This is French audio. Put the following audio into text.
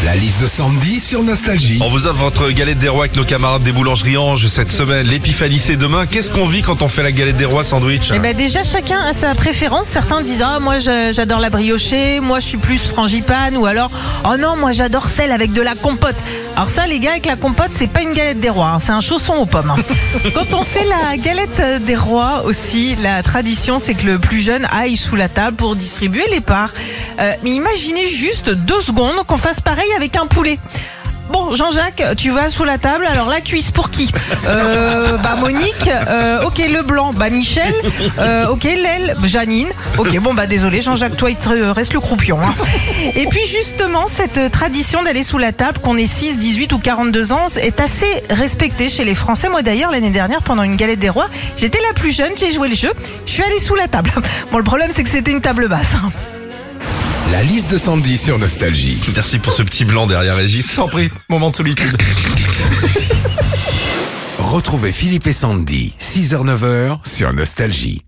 La liste de Sandy sur Nostalgie. On vous offre votre galette des rois avec nos camarades des boulangeries Ange cette semaine. L'épiphanie, c'est demain. Qu'est-ce qu'on vit quand on fait la galette des rois sandwich? Eh ben déjà chacun a sa préférence. Certains disent moi j'adore la briochée, moi je suis plus frangipane, ou alors oh non moi j'adore celle avec de la compote. Alors ça les gars, avec la compote c'est pas une galette des rois, c'est un chausson aux pommes. Quand on fait la galette des rois aussi, la tradition c'est que le plus jeune aille sous la table pour distribuer les parts. Mais imaginez juste 2 secondes qu'on fasse pareil avec un poulet. Bon, Jean-Jacques, tu vas sous la table. Alors la cuisse pour qui? Monique. Ok, le blanc. Michel. Ok, l'aile. Janine. Ok, désolé, Jean-Jacques, toi il te reste le croupion. Hein. Et puis justement, cette tradition d'aller sous la table, qu'on ait 6, 18 ou 42 ans, est assez respectée chez les Français. Moi d'ailleurs, l'année dernière, pendant une galette des rois, j'étais la plus jeune, j'ai joué le jeu. Je suis allée sous la table. Bon, le problème c'est que c'était une table basse. La liste de Sandy sur Nostalgie. Merci pour ce petit blanc derrière Régis. Sans prix, moment de solitude. Retrouvez Philippe et Sandy, 6h-9h sur Nostalgie.